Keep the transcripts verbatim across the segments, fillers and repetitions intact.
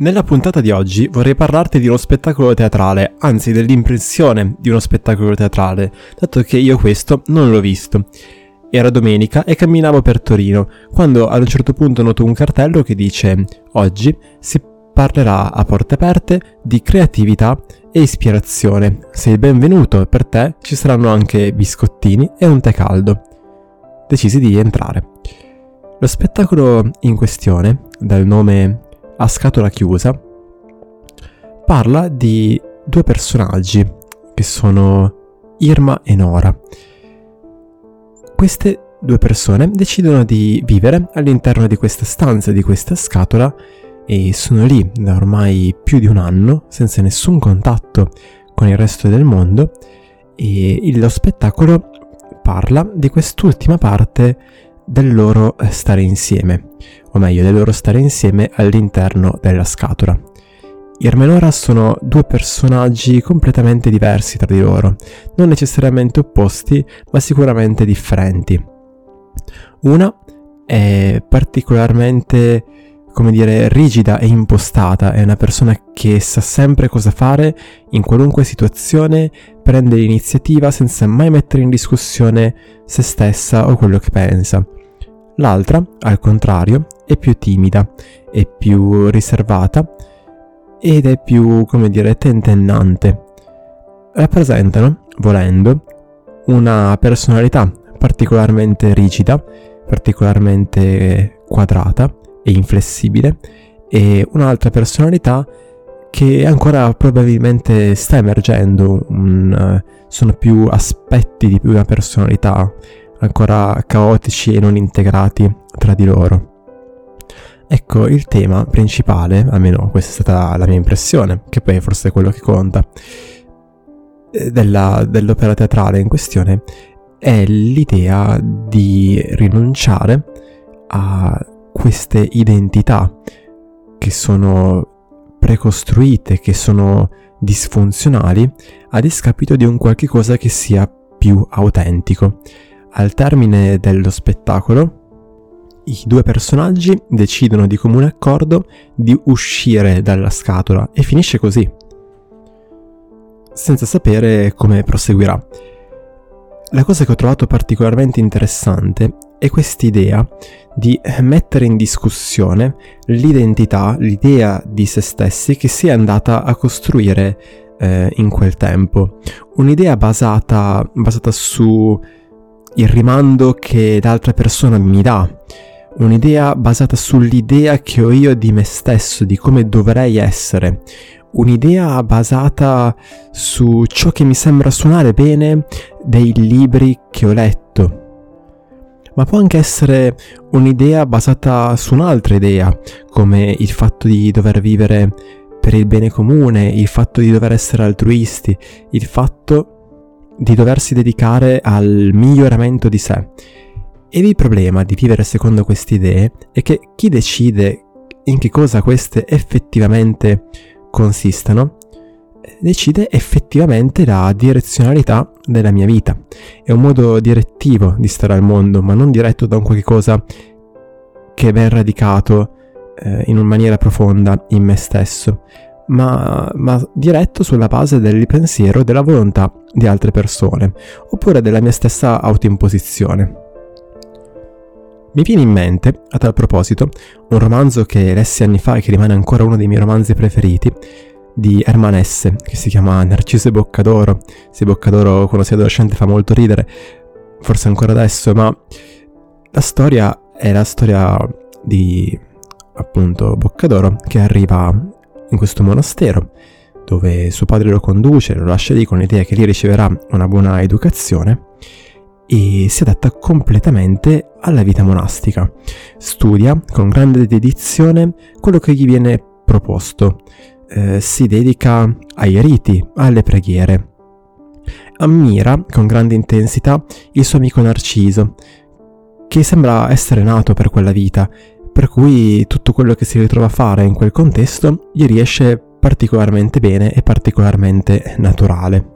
Nella puntata di oggi vorrei parlarti di uno spettacolo teatrale, anzi dell'impressione di uno spettacolo teatrale, dato che io questo non l'ho visto. Era domenica e camminavo per Torino, quando ad un certo punto noto un cartello che dice «Oggi si parlerà a porte aperte di creatività e ispirazione. Sei il benvenuto, per te ci saranno anche biscottini e un tè caldo». Decisi di entrare. Lo spettacolo in questione, dal nome A scatola chiusa, parla di due personaggi che sono Irma e Nora. Queste due persone decidono di vivere all'interno di questa stanza, di questa scatola, e sono lì da ormai più di un anno senza nessun contatto con il resto del mondo, e lo spettacolo parla di quest'ultima parte del loro stare insieme, o meglio del loro stare insieme all'interno della scatola. Irma e Nora sono due personaggi completamente diversi tra di loro, non necessariamente opposti, ma sicuramente differenti. Una è particolarmente, come dire, rigida e impostata, è una persona che sa sempre cosa fare in qualunque situazione, prende l'iniziativa senza mai mettere in discussione se stessa o quello che pensa. L'altra, al contrario, è più timida, è più riservata ed è più, come dire, tentennante. Rappresentano, volendo, una personalità particolarmente rigida, particolarmente quadrata e inflessibile, e un'altra personalità che ancora probabilmente sta emergendo. Un, sono più aspetti di una personalità ancora caotici e non integrati tra di loro. Ecco, il tema principale, almeno questa è stata la mia impressione, che poi forse è quello che conta, della, dell'opera teatrale in questione, è l'idea di rinunciare a queste identità che sono precostruite, che sono disfunzionali, a discapito di un qualche cosa che sia più autentico. Al termine dello spettacolo, i due personaggi decidono di comune accordo di uscire dalla scatola e finisce così, senza sapere come proseguirà. La cosa che ho trovato particolarmente interessante è quest'idea di mettere in discussione l'identità, l'idea di se stessi che si è andata a costruire eh, in quel tempo. Un'idea basata, basata su il rimando che l'altra persona mi dà, un'idea basata sull'idea che ho io di me stesso, di come dovrei essere, un'idea basata su ciò che mi sembra suonare bene dei libri che ho letto. Ma può anche essere un'idea basata su un'altra idea, come il fatto di dover vivere per il bene comune, il fatto di dover essere altruisti, il fatto di doversi dedicare al miglioramento di sé. Ed il problema di vivere secondo queste idee è che chi decide in che cosa queste effettivamente consistano, decide effettivamente la direzionalità della mia vita. È un modo direttivo di stare al mondo, ma non diretto da un qualche cosa che è ben radicato eh, in una maniera profonda in me stesso, ma, ma diretto sulla base del pensiero, della volontà di altre persone, oppure della mia stessa autoimposizione. Mi viene in mente, a tal proposito, un romanzo che lessi anni fa e che rimane ancora uno dei miei romanzi preferiti, di Hermann Hesse, che si chiama Narciso e Boccadoro. Se Boccadoro quando sei adolescente fa molto ridere, forse ancora adesso, ma la storia è la storia di, appunto, Boccadoro, che arriva in questo monastero dove suo padre lo conduce, lo lascia lì con l'idea che lì riceverà una buona educazione, e si adatta completamente alla vita monastica. Studia con grande dedizione quello che gli viene proposto, eh, si dedica ai riti, alle preghiere. Ammira con grande intensità il suo amico Narciso, che sembra essere nato per quella vita, per cui tutto quello che si ritrova a fare in quel contesto gli riesce particolarmente bene e particolarmente naturale.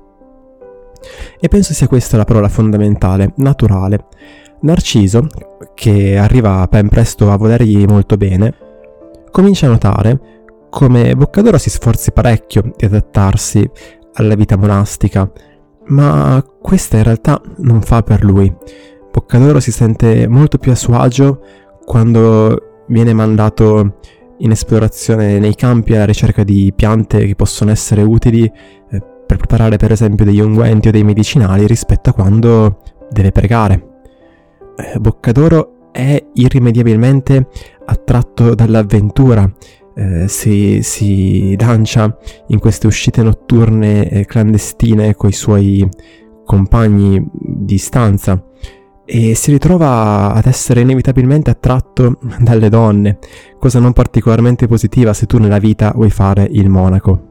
E penso sia questa la parola fondamentale, naturale. Narciso, che arriva ben presto a volergli molto bene, comincia a notare come Boccadoro si sforzi parecchio di adattarsi alla vita monastica, ma questa in realtà non fa per lui. Boccadoro si sente molto più a suo agio quando viene mandato in esplorazione nei campi alla ricerca di piante che possono essere utili eh, per preparare per esempio degli unguenti o dei medicinali, rispetto a quando deve pregare. Eh, Boccadoro è irrimediabilmente attratto dall'avventura, eh, si, si lancia in queste uscite notturne eh, clandestine coi suoi compagni di stanza e si ritrova ad essere inevitabilmente attratto dalle donne, cosa non particolarmente positiva se tu nella vita vuoi fare il monaco.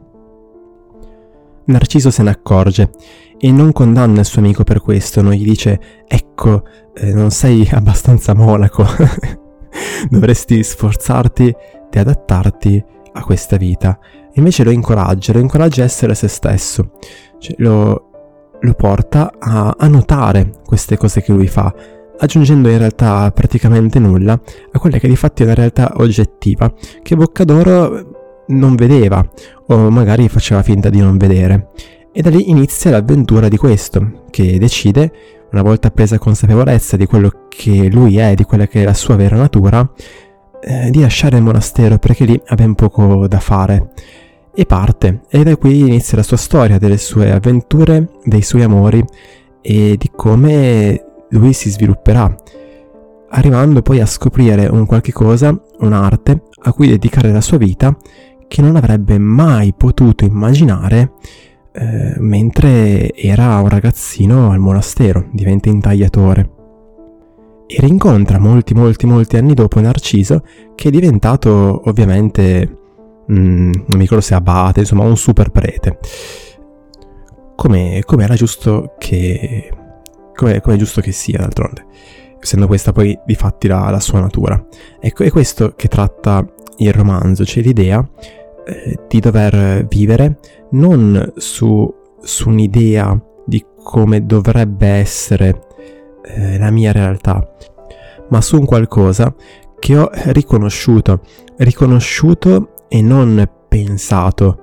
Narciso se ne accorge e non condanna il suo amico per questo, non gli dice «Ecco, eh, non sei abbastanza monaco, dovresti sforzarti di adattarti a questa vita». Invece lo incoraggia, lo incoraggia a essere se stesso, cioè, lo, lo porta a, a notare queste cose che lui fa, aggiungendo in realtà praticamente nulla a quella che di fatto è una realtà oggettiva che Boccadoro non vedeva o magari faceva finta di non vedere. E da lì inizia l'avventura di questo, che decide, una volta presa consapevolezza di quello che lui è, di quella che è la sua vera natura, eh, di lasciare il monastero perché lì ha ben poco da fare. E parte, e da qui inizia la sua storia, delle sue avventure, dei suoi amori e di come lui si svilupperà, arrivando poi a scoprire un qualche cosa, un'arte, a cui dedicare la sua vita che non avrebbe mai potuto immaginare eh, mentre era un ragazzino al monastero, diventa intagliatore. E rincontra molti molti molti anni dopo Narciso, che è diventato ovviamente Mm, non mi ricordo se abate, insomma un super prete, come, come era giusto che come, come è giusto che sia, d'altronde, essendo questa poi di fatti la, la sua natura. Ecco, è questo che tratta il romanzo, cioè l'idea eh, di dover vivere non su, su un'idea di come dovrebbe essere eh, la mia realtà, ma su un qualcosa che ho riconosciuto riconosciuto e non pensato,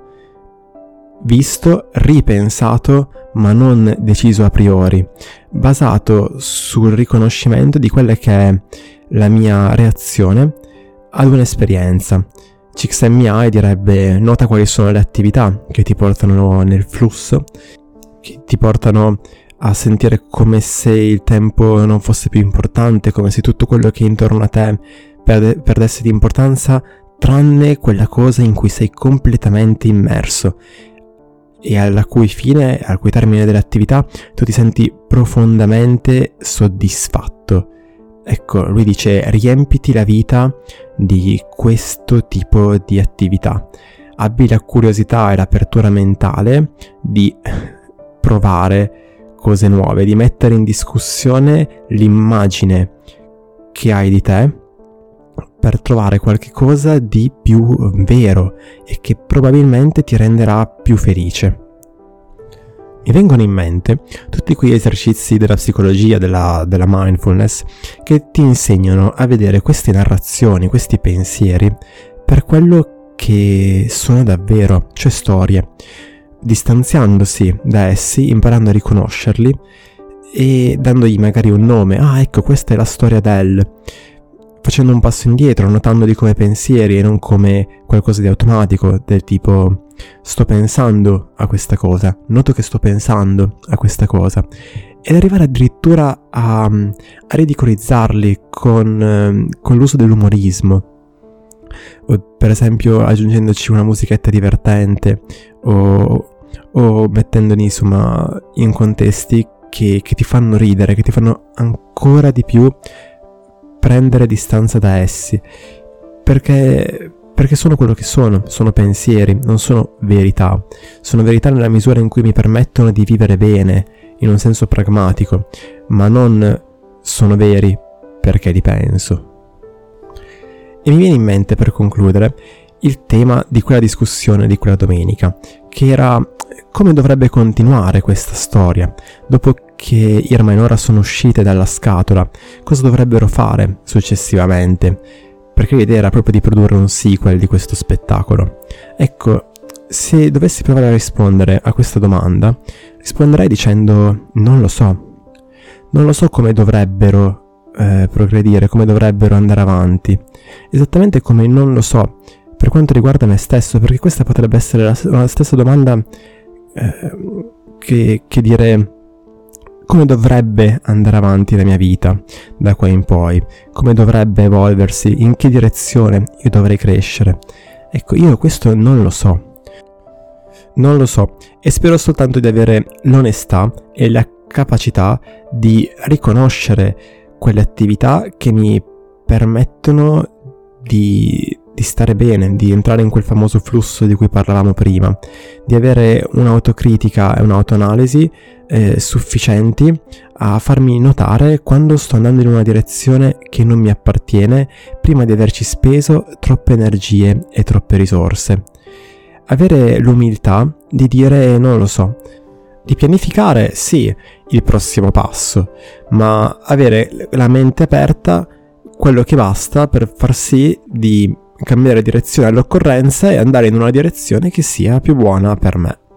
visto, ripensato, ma non deciso a priori, basato sul riconoscimento di quella che è la mia reazione ad un'esperienza. Csikszentmihalyi direbbe: nota quali sono le attività che ti portano nel flusso, che ti portano a sentire come se il tempo non fosse più importante, come se tutto quello che è intorno a te perde- perdesse di importanza, tranne quella cosa in cui sei completamente immerso e alla cui fine, al cui termine dell'attività, tu ti senti profondamente soddisfatto. Ecco, lui dice: riempiti la vita di questo tipo di attività. Abbi la curiosità e l'apertura mentale di provare cose nuove, di mettere in discussione l'immagine che hai di te, per trovare qualche cosa di più vero e che probabilmente ti renderà più felice. Mi vengono in mente tutti quegli esercizi della psicologia, della, della mindfulness, che ti insegnano a vedere queste narrazioni, questi pensieri, per quello che sono davvero, cioè storie, distanziandosi da essi, imparando a riconoscerli e dandogli magari un nome. Ah, ecco, questa è la storia del... facendo un passo indietro, notandoli come pensieri e non come qualcosa di automatico, del tipo sto pensando a questa cosa, noto che sto pensando a questa cosa, ed arrivare addirittura a, a ridicolizzarli con, con l'uso dell'umorismo, o per esempio aggiungendoci una musichetta divertente o, o mettendoli insomma in contesti che, che ti fanno ridere, che ti fanno ancora di più prendere distanza da essi, perché, perché sono quello che sono, sono pensieri, non sono verità, sono verità nella misura in cui mi permettono di vivere bene, in un senso pragmatico, ma non sono veri perché li penso. E mi viene in mente, per concludere, il tema di quella discussione di quella domenica, che era come dovrebbe continuare questa storia, dopo che Irma e Nora sono uscite dalla scatola, cosa dovrebbero fare successivamente, perché l'idea era proprio di produrre un sequel di questo spettacolo. Ecco, se dovessi provare a rispondere a questa domanda, risponderei dicendo non lo so. Non lo so come dovrebbero eh, progredire, come dovrebbero andare avanti. Esattamente come non lo so per quanto riguarda me stesso, perché questa potrebbe essere la, la stessa domanda eh, che, che dire come dovrebbe andare avanti la mia vita da qua in poi, come dovrebbe evolversi, in che direzione io dovrei crescere. Ecco, io questo non lo so. Non lo so e spero soltanto di avere l'onestà e la capacità di riconoscere quelle attività che mi permettono di, di stare bene, di entrare in quel famoso flusso di cui parlavamo prima, di avere un'autocritica e un'autoanalisi eh, sufficienti a farmi notare quando sto andando in una direzione che non mi appartiene prima di averci speso troppe energie e troppe risorse. Avere l'umiltà di dire non lo so, di pianificare sì il prossimo passo, ma avere la mente aperta quello che basta per far sì di cambiare direzione all'occorrenza e andare in una direzione che sia più buona per me.